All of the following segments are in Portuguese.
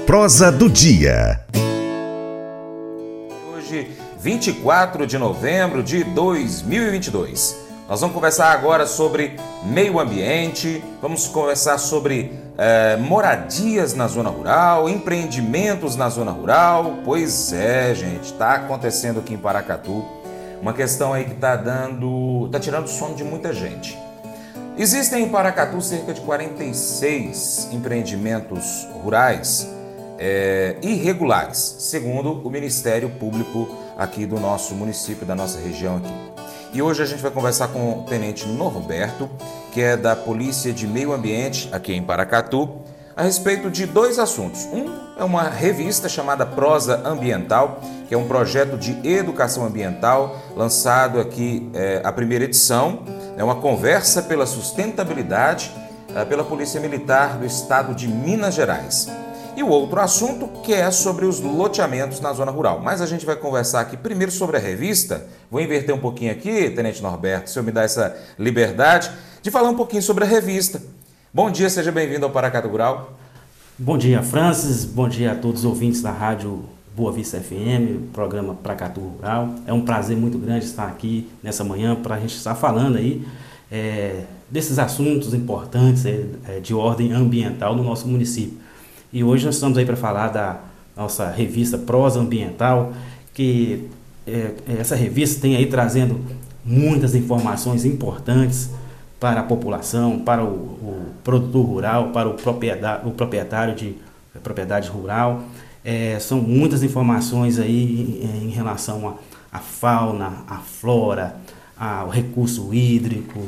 Prosa do Dia. Hoje, 24 de novembro de 2022. Nós vamos conversar agora sobre meio ambiente, vamos conversar sobre moradias na zona rural, empreendimentos na zona rural. Pois é, gente, está acontecendo aqui em Paracatu uma questão aí que está tirando o sono de muita gente. Existem em Paracatu cerca de 46 empreendimentos rurais irregulares, segundo o Ministério Público aqui do nosso município, da nossa região aqui. E hoje a gente vai conversar com o Tenente Norberto, que é da Polícia de Meio Ambiente aqui em Paracatu, a respeito de dois assuntos. Um é uma revista chamada Prosa Ambiental, que é um projeto de educação ambiental lançado aqui, a primeira edição, é uma conversa pela sustentabilidade pela Polícia Militar do Estado de Minas Gerais. E o outro assunto que é sobre os loteamentos na zona rural. Mas a gente vai conversar aqui primeiro sobre a revista. Vou inverter um pouquinho aqui, Tenente Norberto, se o senhor me dá essa liberdade de falar um pouquinho sobre a revista. Bom dia, seja bem-vindo ao Paracatu Rural. Bom dia, Francis. Bom dia a todos os ouvintes da Rádio Boa Vista FM, programa Paracatu Rural. É um prazer muito grande estar aqui nessa manhã para a gente estar falando aí desses assuntos importantes de ordem ambiental no nosso município. E hoje nós estamos aí para falar da nossa revista Prosa Ambiental, que essa revista tem aí trazendo muitas informações importantes para a população, para o produtor rural, para o proprietário de propriedade rural. São muitas informações aí em relação à fauna, à flora, ao recurso hídrico,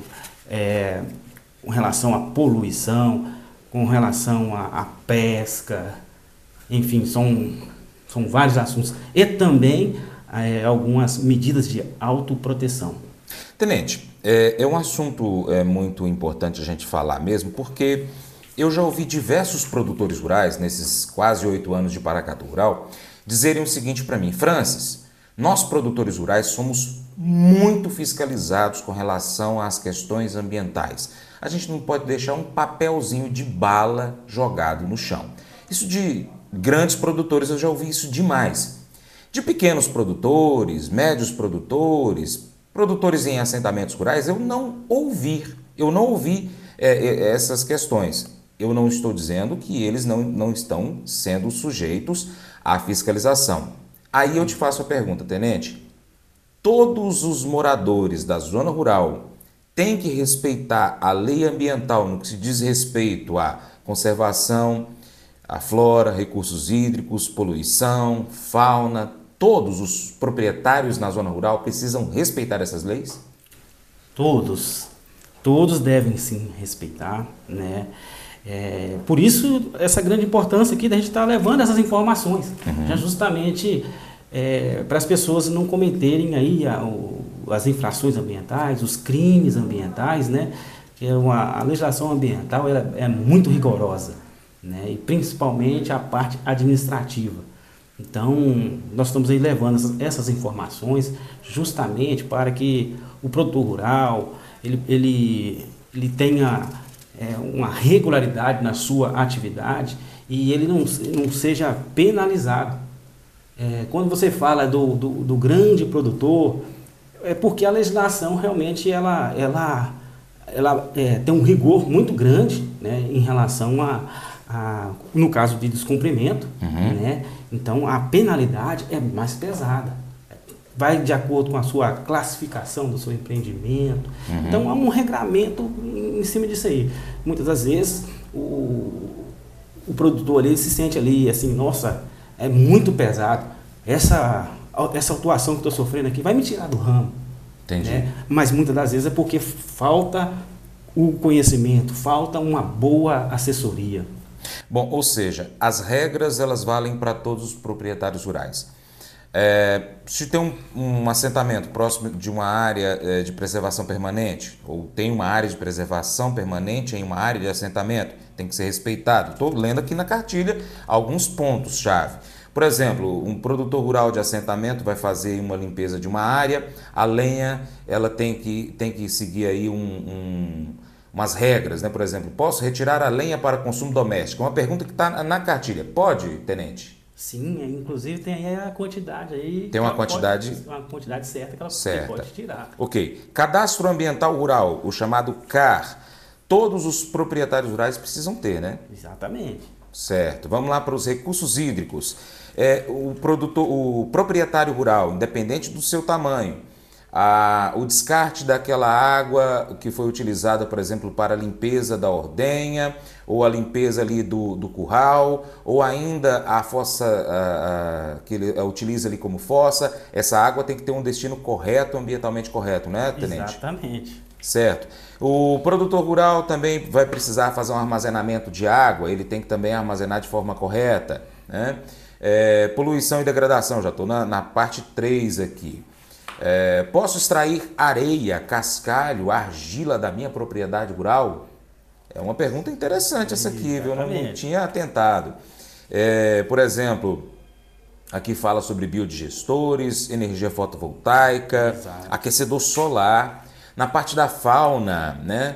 com relação à poluição, com relação à pesca, enfim, são vários assuntos. E também algumas medidas de autoproteção. Tenente, é um assunto muito importante a gente falar mesmo, porque eu já ouvi diversos produtores rurais, nesses quase 8 anos de Paracatu Rural, dizerem o seguinte para mim: Francis, nós produtores rurais somos muito fiscalizados com relação às questões ambientais. A gente não pode deixar um papelzinho de bala jogado no chão. Isso de grandes produtores eu já ouvi isso demais. De pequenos produtores, médios produtores, produtores em assentamentos rurais, eu não ouvi essas questões. Eu não estou dizendo que eles não estão sendo sujeitos à fiscalização. Aí eu te faço a pergunta, Tenente: todos os moradores da zona rural têm que respeitar a lei ambiental no que se diz respeito à conservação, à flora, recursos hídricos, poluição, fauna? Todos os proprietários na zona rural precisam respeitar essas leis? Todos devem sim respeitar, né? Por isso essa grande importância aqui da gente estar levando essas informações, já justamente para as pessoas não cometerem aí as infrações ambientais, os crimes ambientais, né? A legislação ambiental é muito rigorosa, né? E principalmente a parte administrativa. Então, nós estamos aí levando essas informações justamente para que o produtor rural ele tenha uma regularidade na sua atividade e ele não seja penalizado. Quando você fala do grande produtor, é porque a legislação realmente ela tem um rigor muito grande, né, em relação no caso de descumprimento, né? Então a penalidade é mais pesada, vai de acordo com a sua classificação do seu empreendimento. Então há um regramento em cima disso aí. Muitas das vezes o produtor ele se sente ali assim: nossa, é muito pesado, essa atuação que estou sofrendo aqui vai me tirar do ramo. Entendi. Né? Mas muitas das vezes é porque falta o conhecimento, falta uma boa assessoria. Bom, ou seja, as regras elas valem para todos os proprietários rurais. Se tem um assentamento próximo de uma área de preservação permanente, ou tem uma área de preservação permanente em uma área de assentamento, tem que ser respeitado. Estou lendo aqui na cartilha alguns pontos-chave. Por exemplo, um produtor rural de assentamento vai fazer uma limpeza de uma área, a lenha ela tem que seguir aí umas regras, né? Por exemplo, posso retirar a lenha para consumo doméstico? Uma pergunta que está na cartilha. Pode, tenente? Sim, inclusive tem aí a quantidade aí. Tem uma quantidade... Uma quantidade certa que ela pode tirar. Ok. Cadastro Ambiental Rural, o chamado CAR. Todos os proprietários rurais precisam ter, né? Exatamente. Certo. Vamos lá para os recursos hídricos. O proprietário rural, independente do seu tamanho, o descarte daquela água que foi utilizada, por exemplo, para a limpeza da ordenha, ou a limpeza ali do curral, ou ainda a fossa que ele utiliza ali como fossa, essa água tem que ter um destino correto, ambientalmente correto, né, tenente? Exatamente. Certo. O produtor rural também vai precisar fazer um armazenamento de água, ele tem que também armazenar de forma correta, né? Poluição e degradação, já estou na parte 3 aqui. Posso extrair areia, cascalho, argila da minha propriedade rural? É uma pergunta interessante essa aqui, viu? Eu não tinha atentado. Por exemplo, aqui fala sobre biodigestores, energia fotovoltaica, aquecedor solar. Na parte da fauna, né?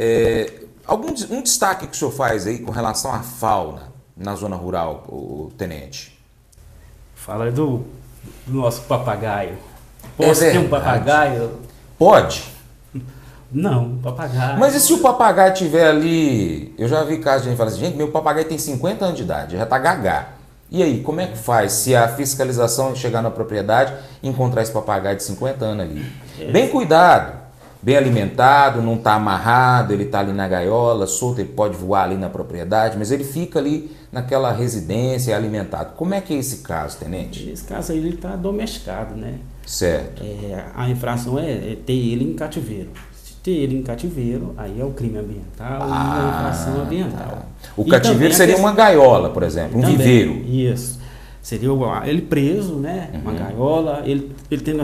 Um destaque que o senhor faz aí com relação à fauna na zona rural, o tenente? Fala do nosso papagaio. Posso ter um papagaio? Pode? Não, papagaio. Mas e se o papagaio estiver ali? Eu já vi casos de gente falar assim, gente, meu papagaio tem 50 anos de idade, já está gagá. E aí, como é que faz se a fiscalização chegar na propriedade e encontrar esse papagaio de 50 anos ali? Bem cuidado. Bem alimentado, não está amarrado, ele está ali na gaiola, solto, ele pode voar ali na propriedade, mas ele fica ali naquela residência alimentado. Como é que é esse caso, tenente? Nesse caso aí ele está domesticado, né? Certo. A infração é ter ele em cativeiro. Se ter ele em cativeiro, aí é o crime ambiental e a infração ambiental. Tá. O cativeiro seria uma gaiola, por exemplo, um viveiro. Isso. Seria ele preso, né? Uma gaiola, ele tendo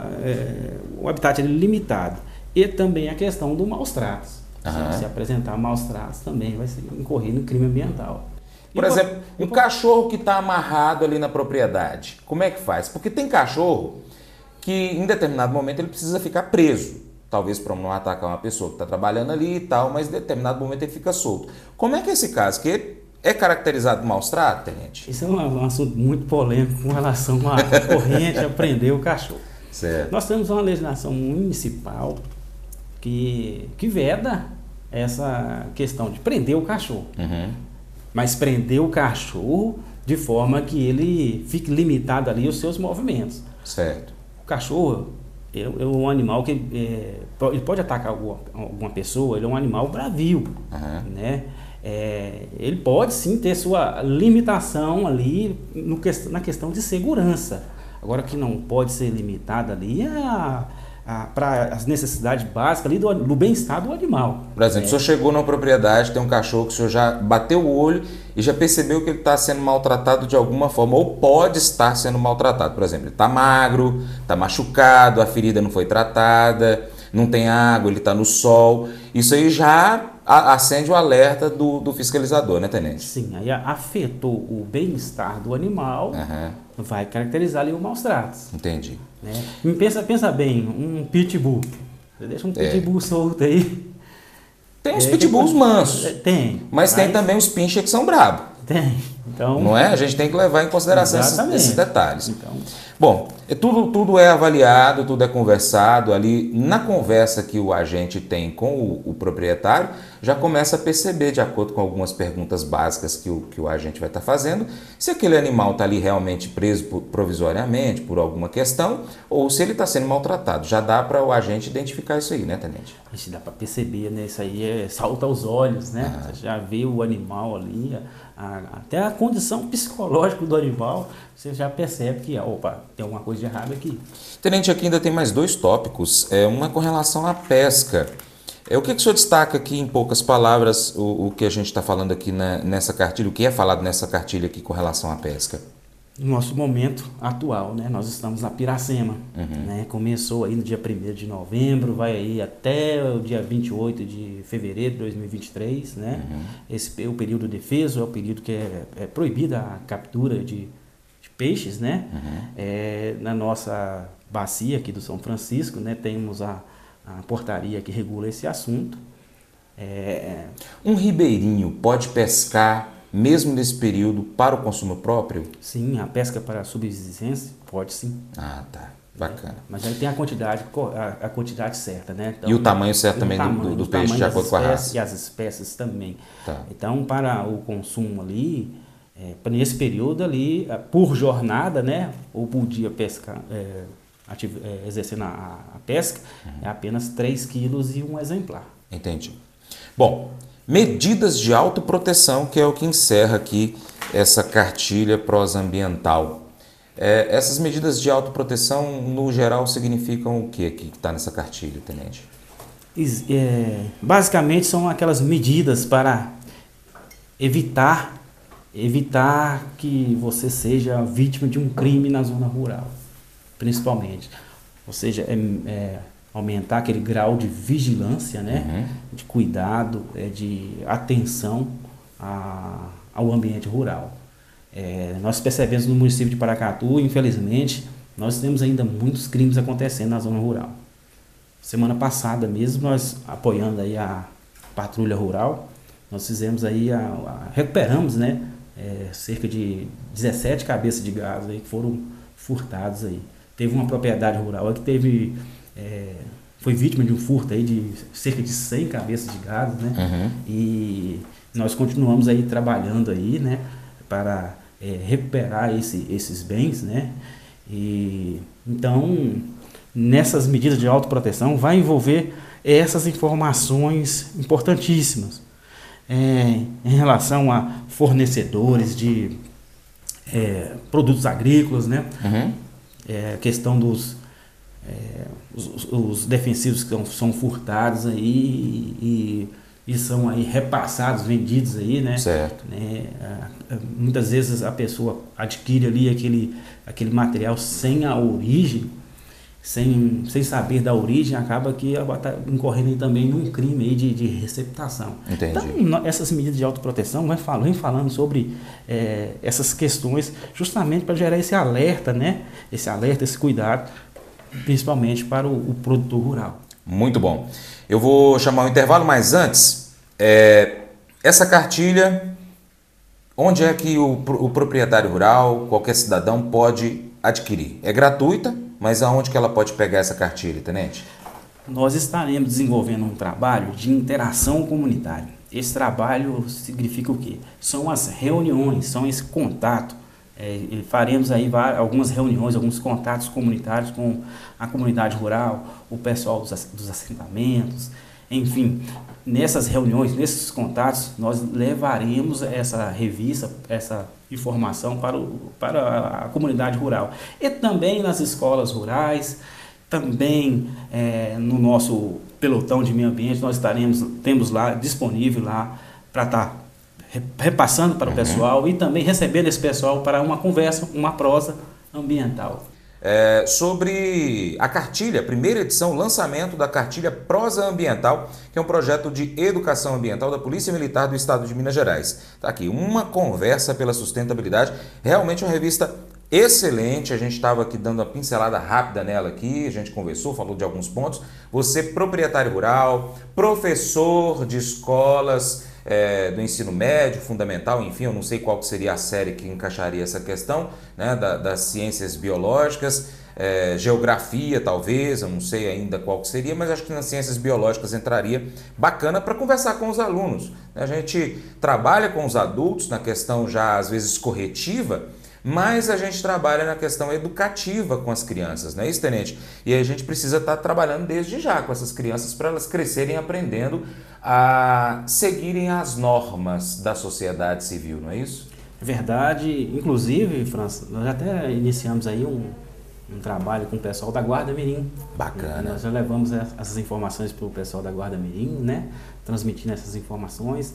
o habitat ele limitado. E também a questão do maus tratos. Se apresentar maus tratos também vai incorrer no crime ambiental. Por exemplo, um cachorro que está amarrado ali na propriedade, como é que faz? Porque tem cachorro que em determinado momento ele precisa ficar preso. Talvez para não atacar uma pessoa que está trabalhando ali e tal, mas em determinado momento ele fica solto. Como é que é esse caso? Que é caracterizado maus tratos, tenente? Isso é um assunto muito polêmico com relação à corrente a prender o cachorro. Certo. Nós temos uma legislação municipal que veda essa questão de prender o cachorro. Mas prender o cachorro de forma que ele fique limitado ali aos seus movimentos. Certo. O cachorro é um animal que ele pode atacar alguma pessoa, ele é um animal bravio, né? Ele pode sim ter sua limitação ali na questão de segurança. Agora, o que não pode ser limitado ali para as necessidades básicas ali do bem-estar do animal. Por exemplo, o senhor chegou numa propriedade, tem um cachorro que o senhor já bateu o olho e já percebeu que ele está sendo maltratado de alguma forma, ou pode estar sendo maltratado. Por exemplo, ele está magro, está machucado, a ferida não foi tratada, não tem água, ele está no sol. Isso aí já acende o alerta do fiscalizador, né, tenente? Sim, aí afetou o bem-estar do animal, vai caracterizar ali o maus tratos. Entendi. Né? Pensa bem, um pitbull. Você deixa um pitbull solto aí. Tem uns pitbulls mansos. Tem. Mas tem também os pincher que são brabos. Tem. Então, não é? A gente tem que levar em consideração esses detalhes. Então, bom, tudo é avaliado, tudo é conversado ali. Na conversa que o agente tem com o proprietário, já começa a perceber, de acordo com algumas perguntas básicas que o agente vai estar fazendo, se aquele animal está ali realmente preso provisoriamente por alguma questão ou se ele está sendo maltratado. Já dá para o agente identificar isso aí, né, tenente? Isso dá para perceber, né? Isso aí salta aos olhos, né? Você já vê o animal ali, até a condição psicológica do animal, você já percebe que, opa, tem alguma coisa de errado aqui. Tenente, aqui ainda tem mais dois tópicos. Uma com relação à pesca. O que o senhor destaca aqui, em poucas palavras, o que a gente está falando aqui nessa cartilha, o que é falado nessa cartilha aqui com relação à pesca? No nosso momento atual, né? Nós estamos na Piracema, né? Começou aí no dia 1º de novembro, vai aí até o dia 28 de fevereiro de 2023, né? Esse é o período defeso, é o período que é proibida a captura de peixes, né? Na nossa bacia aqui do São Francisco, né? Temos a portaria que regula esse assunto. Um ribeirinho pode pescar mesmo nesse período para o consumo próprio? Sim, a pesca para subsistência pode sim. Ah, tá. Bacana. Mas aí tem a quantidade certa, né? Então, e o tamanho certo também do peixe, de acordo com a raça? E as espécies também. Tá. Então, para o consumo ali, nesse período ali, por jornada, né? Ou por dia pescar, exercendo a pesca, é apenas 3 quilos e um exemplar. Entendi. Bom, medidas de autoproteção, que é o que encerra aqui essa cartilha prosambiental. Essas medidas de autoproteção, no geral, significam o que está nessa cartilha, tenente? Basicamente, são aquelas medidas para evitar que você seja vítima de um crime na zona rural, principalmente. Ou seja, aumentar aquele grau de vigilância, né? De cuidado, de atenção ao ambiente rural. Nós percebemos no município de Paracatu, infelizmente, nós temos ainda muitos crimes acontecendo na zona rural. Semana passada mesmo, nós apoiando aí a patrulha rural, nós fizemos aí, recuperamos, né, cerca de 17 cabeças de gado aí que foram furtados aí. Teve uma propriedade rural aí que foi vítima de um furto aí de cerca de 100 cabeças de gado, né? E nós continuamos aí trabalhando aí, né, para recuperar esses bens, né? E então, nessas medidas de autoproteção vai envolver essas informações importantíssimas em relação a fornecedores de produtos agrícolas, né? Questão dos os defensivos que são furtados aí e são aí repassados, vendidos aí, né? Certo. Muitas vezes a pessoa adquire ali aquele material sem a origem, sem saber da origem, acaba que ela está incorrendo aí também num crime aí de receptação. Entendi. Então, essas medidas de autoproteção vem falando sobre essas questões justamente para gerar esse alerta, né? Esse cuidado, principalmente para o produtor rural. Muito bom. Eu vou chamar o intervalo, mas antes, essa cartilha, onde é que o proprietário rural, qualquer cidadão pode adquirir? É gratuita, mas aonde que ela pode pegar essa cartilha, tenente? Nós estaremos desenvolvendo um trabalho de interação comunitária. Esse trabalho significa o quê? São as reuniões, são esse contato. Faremos aí algumas reuniões, alguns contatos comunitários com a comunidade rural, o pessoal dos assentamentos, enfim. Nessas reuniões, nesses contatos, nós levaremos essa revista, essa informação para a comunidade rural. E também nas escolas rurais, também no nosso pelotão de meio ambiente, nós temos lá disponível lá para estar repassando para o pessoal e também recebendo esse pessoal para uma conversa, uma prosa ambiental. Sobre a cartilha, primeira edição, lançamento da cartilha Prosa Ambiental, que é um projeto de educação ambiental da Polícia Militar do Estado de Minas Gerais. Está aqui, uma conversa pela sustentabilidade, realmente uma revista excelente. A gente estava aqui dando uma pincelada rápida nela aqui, a gente conversou, falou de alguns pontos. Você, proprietário rural, professor de escolas, do ensino médio, fundamental, enfim, eu não sei qual que seria a série que encaixaria essa questão, né, das ciências biológicas, geografia talvez, eu não sei ainda qual que seria, mas acho que nas ciências biológicas entraria bacana para conversar com os alunos. A gente trabalha com os adultos na questão já às vezes corretiva, mas a gente trabalha na questão educativa com as crianças, não é isso, tenente? E a gente precisa estar trabalhando desde já com essas crianças para elas crescerem aprendendo a seguirem as normas da sociedade civil, não é isso? É verdade. Inclusive, França, nós até iniciamos aí um trabalho com o pessoal da Guarda Mirim. Bacana. Nós já levamos essas informações para o pessoal da Guarda Mirim, né? Transmitindo essas informações.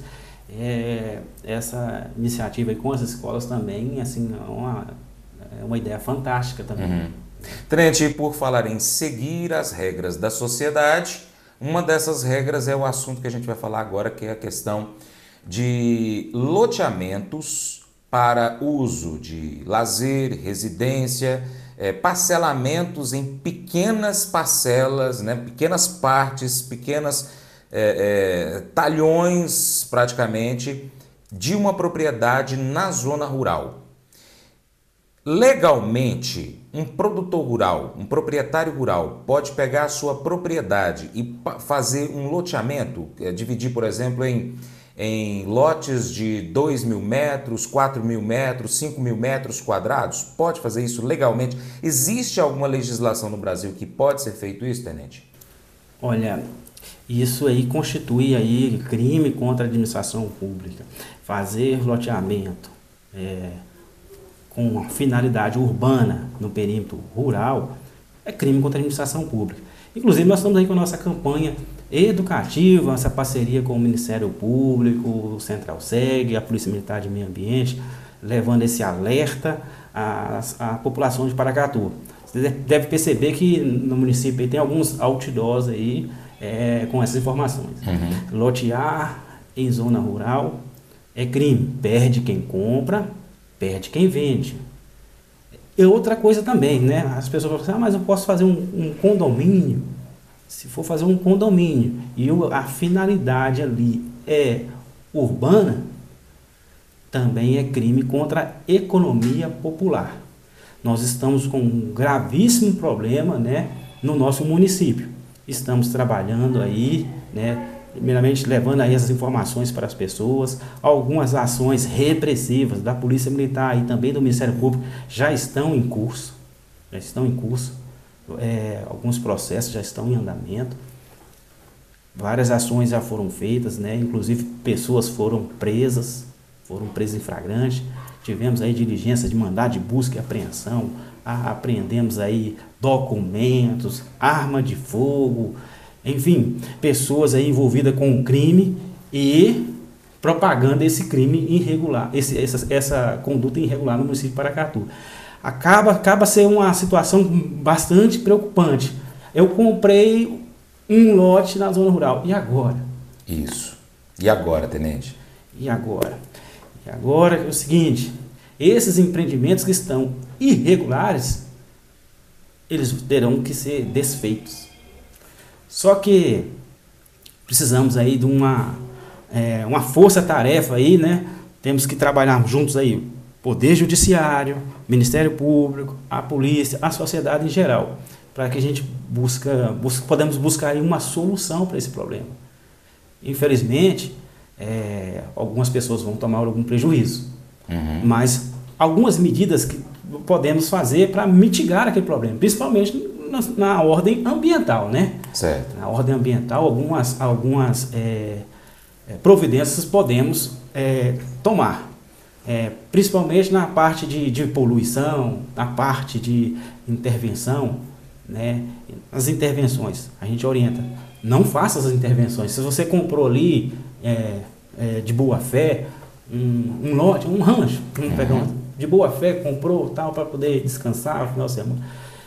Essa iniciativa aí com as escolas também, assim, é uma ideia fantástica também. Tenente, por falar em seguir as regras da sociedade, uma dessas regras é o assunto que a gente vai falar agora, que é a questão de loteamentos para uso de lazer, residência, parcelamentos em pequenas parcelas, né, pequenas partes, pequenas talhões praticamente de uma propriedade na zona rural. Legalmente, um produtor rural, um proprietário rural, pode pegar a sua propriedade e fazer um loteamento, dividir, por exemplo, em lotes de 2.000 metros, 4.000 metros, 5.000 metros quadrados? Pode fazer isso legalmente? Existe alguma legislação no Brasil que pode ser feito isso, tenente? Olha, isso aí constitui aí crime contra a administração pública. Fazer loteamento com finalidade urbana no perímetro rural é crime contra a administração pública. Inclusive, nós estamos aí com a nossa campanha educativa, essa parceria com o Ministério Público, o Central SEG, a Polícia Militar de Meio Ambiente, levando esse alerta à população de Paracatu. Você deve perceber que no município aí tem alguns outdoors aí com essas informações. Lotear em zona rural é crime. Perde quem compra, perde quem vende. E outra coisa também, né? As pessoas falam assim, mas eu posso fazer um condomínio. Se for fazer um condomínio e a finalidade ali é urbana, também é crime contra a economia popular. Nós estamos com um gravíssimo problema, né, no nosso município. Estamos trabalhando aí, né, primeiramente levando aí essas informações para as pessoas. Algumas ações repressivas da Polícia Militar e também do Ministério Público já estão em curso. Alguns processos já estão em andamento. Várias ações já foram feitas, né? Inclusive pessoas foram presas em flagrante. Tivemos aí diligência de mandado de busca e apreensão. Apreendemos aí documentos, arma de fogo, enfim, pessoas aí envolvidas com o crime e propagando esse crime irregular, essa conduta irregular no município de Paracatu. Acaba sendo uma situação bastante preocupante. Eu comprei um lote na zona rural. E agora? Isso. E agora, tenente? E agora? E agora é o seguinte, esses empreendimentos que estão irregulares, eles terão que ser desfeitos. Só que precisamos aí de uma força-tarefa aí, né? Temos que trabalhar juntos aí, Poder Judiciário, Ministério Público, a polícia, a sociedade em geral, para que a gente podemos buscar aí uma solução para esse problema. Infelizmente, algumas pessoas vão tomar algum prejuízo, mas algumas medidas que podemos fazer para mitigar aquele problema, principalmente na ordem ambiental, né? Certo. Na ordem ambiental, algumas providências podemos tomar. Principalmente na parte de poluição, na parte de intervenção, né? As intervenções, a gente orienta, não faça as intervenções. Se você comprou ali de boa fé, um lote, um rancho, de boa fé, comprou tal para poder descansar no final de semana,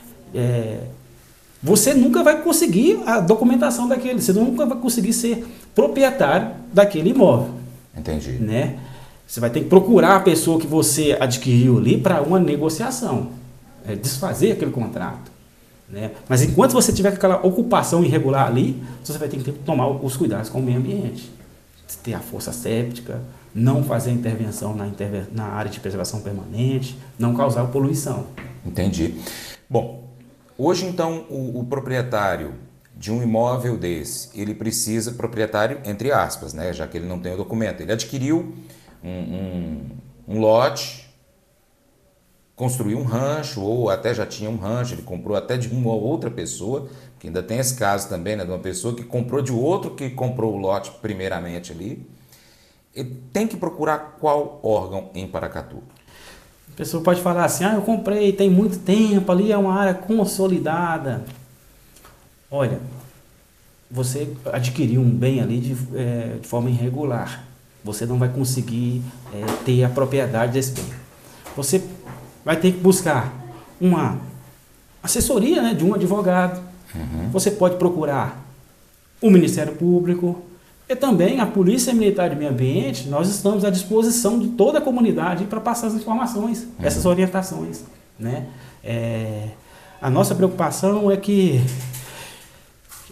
você nunca vai conseguir a documentação daquele, você nunca vai conseguir ser proprietário daquele imóvel. Entendi. Né? Você vai ter que procurar a pessoa que você adquiriu ali para uma negociação, desfazer aquele contrato. Né? Mas enquanto você tiver aquela ocupação irregular ali, você vai ter que tomar os cuidados com o meio ambiente. Ter a força séptica, não fazer intervenção na área de preservação permanente, não causar poluição. Entendi. Bom, hoje então o proprietário de um imóvel desse, ele precisa, proprietário entre aspas, né, já que ele não tem o documento, ele adquiriu um lote, construiu um rancho, ou até já tinha um rancho, ele comprou até de uma outra pessoa, que ainda tem esse caso também, né, de uma pessoa que comprou de outro que comprou o lote primeiramente ali. Ele tem que procurar qual órgão em Paracatu? A pessoa pode falar assim, eu comprei, tem muito tempo, ali é uma área consolidada. Olha, você adquiriu um bem ali de forma irregular. Você não vai conseguir ter a propriedade desse bem. Você vai ter que buscar uma assessoria, né, de um advogado. Você pode procurar o Ministério Público e também a Polícia Militar de Meio Ambiente. Nós estamos à disposição de toda a comunidade para passar as informações, essas orientações. Né? A nossa preocupação é que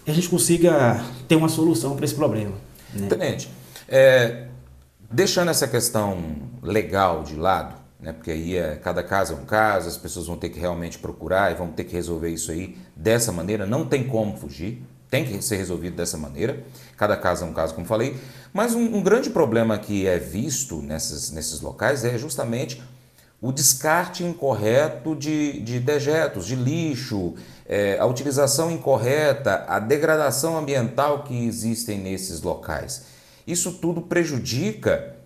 a gente consiga ter uma solução para esse problema. Né? Tenente, deixando essa questão legal de lado, né, porque aí cada caso é um caso, as pessoas vão ter que realmente procurar e vão ter que resolver isso aí dessa maneira, não tem como fugir, tem que ser resolvido dessa maneira, cada caso é um caso, como falei, mas um grande problema que é visto nesses locais é justamente o descarte incorreto de dejetos, de lixo, a utilização incorreta, a degradação ambiental que existem nesses locais. Isso tudo prejudica,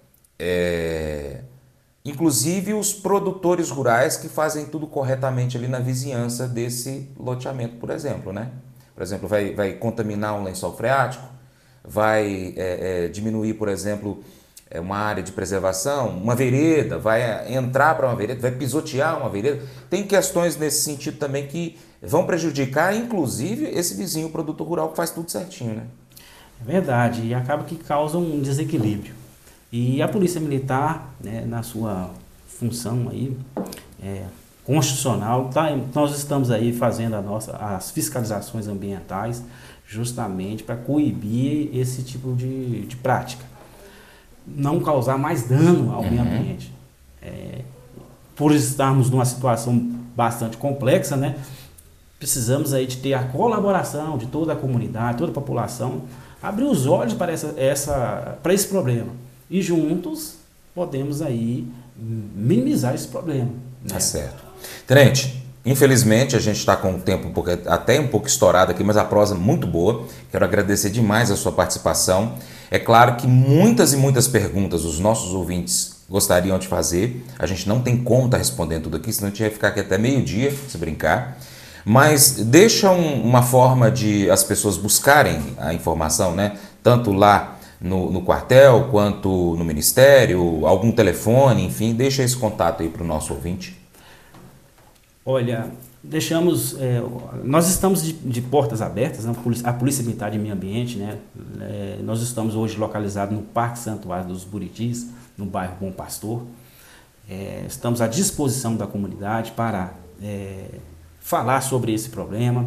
inclusive, os produtores rurais que fazem tudo corretamente ali na vizinhança desse loteamento, por exemplo, né? Por exemplo, vai contaminar um lençol freático, vai diminuir, por exemplo, uma área de preservação, uma vereda, vai entrar para uma vereda, vai pisotear uma vereda. Tem questões nesse sentido também que vão prejudicar, inclusive, esse vizinho produtor rural que faz tudo certinho, né? É verdade, e acaba que causa um desequilíbrio. E a Polícia Militar, né, na sua função aí, constitucional, nós estamos aí fazendo as fiscalizações ambientais justamente para coibir esse tipo de prática. Não causar mais dano ao meio ambiente. Por estarmos numa situação bastante complexa, né, precisamos aí de ter a colaboração de toda a comunidade, toda a população, abrir os olhos para esse problema. E juntos podemos aí minimizar esse problema. Né? Tá certo. Tenente, infelizmente a gente está com o tempo até um pouco estourado aqui, mas a prosa muito boa. Quero agradecer demais a sua participação. É claro que muitas e muitas perguntas os nossos ouvintes gostariam de fazer. A gente não tem como estar respondendo tudo aqui, senão a gente ia ficar aqui até meio-dia, se brincar. Mas deixa uma forma de as pessoas buscarem a informação, né? Tanto lá no quartel, quanto no ministério, algum telefone, enfim, deixa esse contato aí para o nosso ouvinte. Olha, nós estamos de portas abertas, né? A Polícia Militar de Meio Ambiente, né? Nós estamos hoje localizados no Parque Santuário dos Buritis, no bairro Bom Pastor. Estamos à disposição da comunidade para falar sobre esse problema,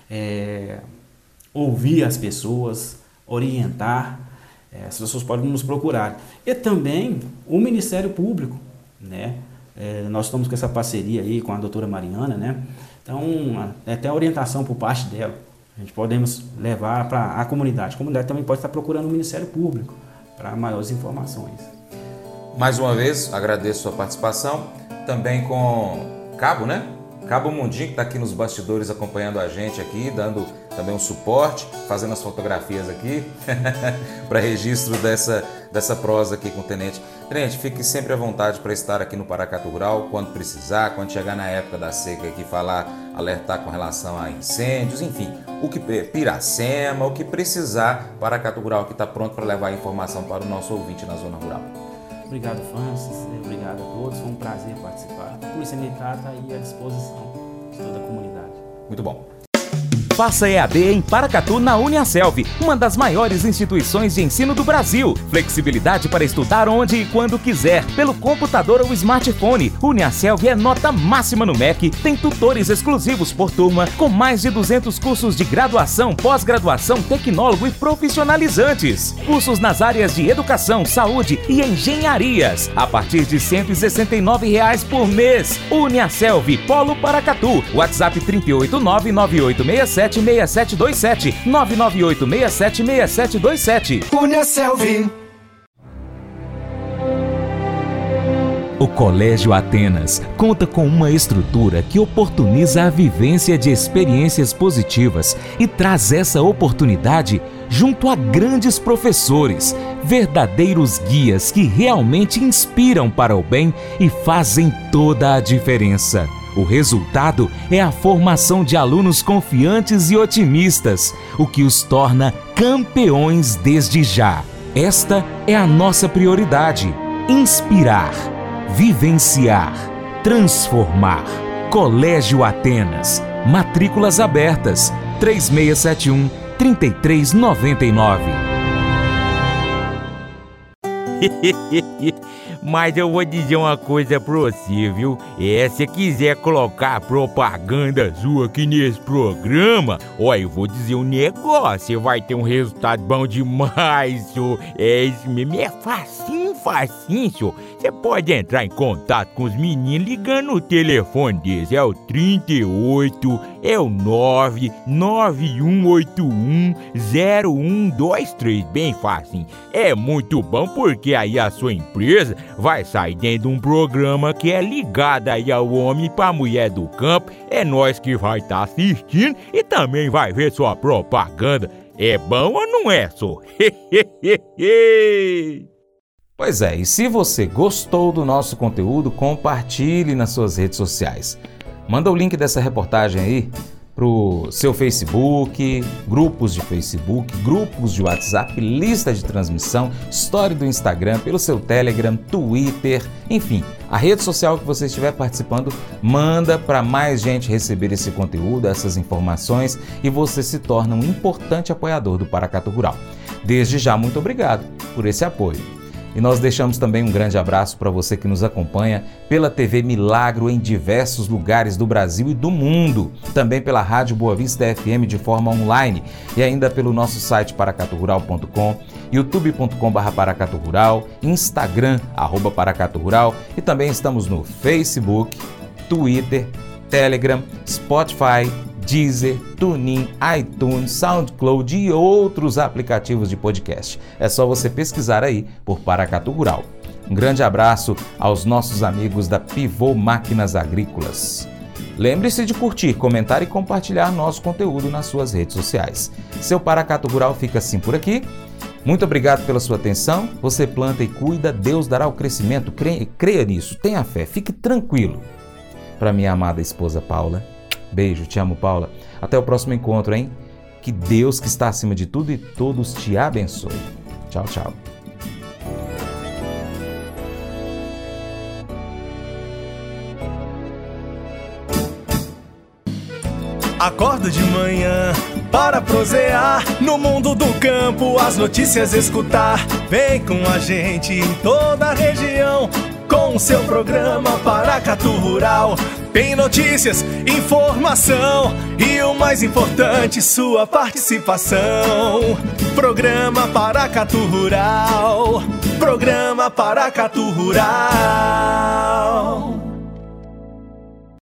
ouvir as pessoas, orientar. As pessoas podem nos procurar. E também o Ministério Público, né? Nós estamos com essa parceria aí com a doutora Mariana, né? Então, até orientação por parte dela. A gente podemos levar para a comunidade. A comunidade também pode estar procurando o Ministério Público para maiores informações. Mais uma vez, agradeço a sua participação. Também com Cabo, né? Cabo Mundinho, que está aqui nos bastidores acompanhando a gente aqui, dando também um suporte, fazendo as fotografias aqui para registro dessa prosa aqui com o Tenente. Tenente, fique sempre à vontade para estar aqui no Paracatu Rural, quando precisar, quando chegar na época da seca aqui, alertar com relação a incêndios, enfim, Piracema, o que precisar, Paracatu Rural que está pronto para levar a informação para o nosso ouvinte na zona rural. Obrigado, Francis. Obrigado a todos. Foi um prazer participar. A Polícia Militar está aí à disposição de toda a comunidade. Muito bom. Faça EAD em Paracatu na Uniaselv, uma das maiores instituições de ensino do Brasil. Flexibilidade para estudar onde e quando quiser, pelo computador ou smartphone. Uniaselv é nota máxima no MEC, tem tutores exclusivos por turma, com mais de 200 cursos de graduação, pós-graduação, tecnólogo e profissionalizantes. Cursos nas áreas de educação, saúde e engenharias, a partir de R$ 169 por mês. Uniaselv, Polo Paracatu, WhatsApp 3899867 6727 998676727. Uniaselv. O Colégio Atenas conta com uma estrutura que oportuniza a vivência de experiências positivas e traz essa oportunidade junto a grandes professores, verdadeiros guias que realmente inspiram para o bem e fazem toda a diferença. O resultado é a formação de alunos confiantes e otimistas, o que os torna campeões desde já. Esta é a nossa prioridade: inspirar, vivenciar, transformar. Colégio Atenas. Matrículas abertas. 3671-3399. Mas eu vou dizer uma coisa pra você, viu? Se quiser colocar propaganda sua aqui nesse programa, olha, eu vou dizer um negócio, você vai ter um resultado bom demais, senhor. Isso mesmo, é facinho, senhor. Você pode entrar em contato com os meninos ligando no telefone deles, é o 38, é o 991810123, bem facinho. É muito bom porque aí a sua empresa vai sair dentro de um programa que é ligado aí ao homem pra mulher do campo. É nós que vai estar assistindo e também vai ver sua propaganda. É bom ou não é, só? Pois é, e se você gostou do nosso conteúdo, compartilhe nas suas redes sociais. Manda o link dessa reportagem aí pro seu Facebook, grupos de Facebook, grupos de WhatsApp, lista de transmissão, story do Instagram, pelo seu Telegram, Twitter, enfim, a rede social que você estiver participando, manda para mais gente receber esse conteúdo, essas informações, e você se torna um importante apoiador do Paracatu Rural. Desde já, muito obrigado por esse apoio. E nós deixamos também um grande abraço para você que nos acompanha pela TV Milagro em diversos lugares do Brasil e do mundo, também pela Rádio Boa Vista FM de forma online e ainda pelo nosso site paracaturural.com, youtube.com/paracaturural, Instagram @paracaturural e também estamos no Facebook, Twitter, Telegram, Spotify, Deezer, TuneIn, iTunes, SoundCloud e outros aplicativos de podcast. É só você pesquisar aí por Paracatu Rural. Um grande abraço aos nossos amigos da Pivô Máquinas Agrícolas. Lembre-se de curtir, comentar e compartilhar nosso conteúdo nas suas redes sociais. Seu Paracatu Rural fica assim por aqui. Muito obrigado pela sua atenção. Você planta e cuida, Deus dará o crescimento. Creia nisso, tenha fé, fique tranquilo. Para minha amada esposa Paula, beijo, te amo, Paula. Até o próximo encontro, hein? Que Deus, que está acima de tudo e todos, te abençoe. Tchau, tchau. Acordo de manhã para prosear no mundo do campo, as notícias escutar. Vem com a gente em toda a região com o seu programa Paracatu Rural. Tem notícias, informação e o mais importante, sua participação. Programa Paracatu Rural. Programa Paracatu Rural.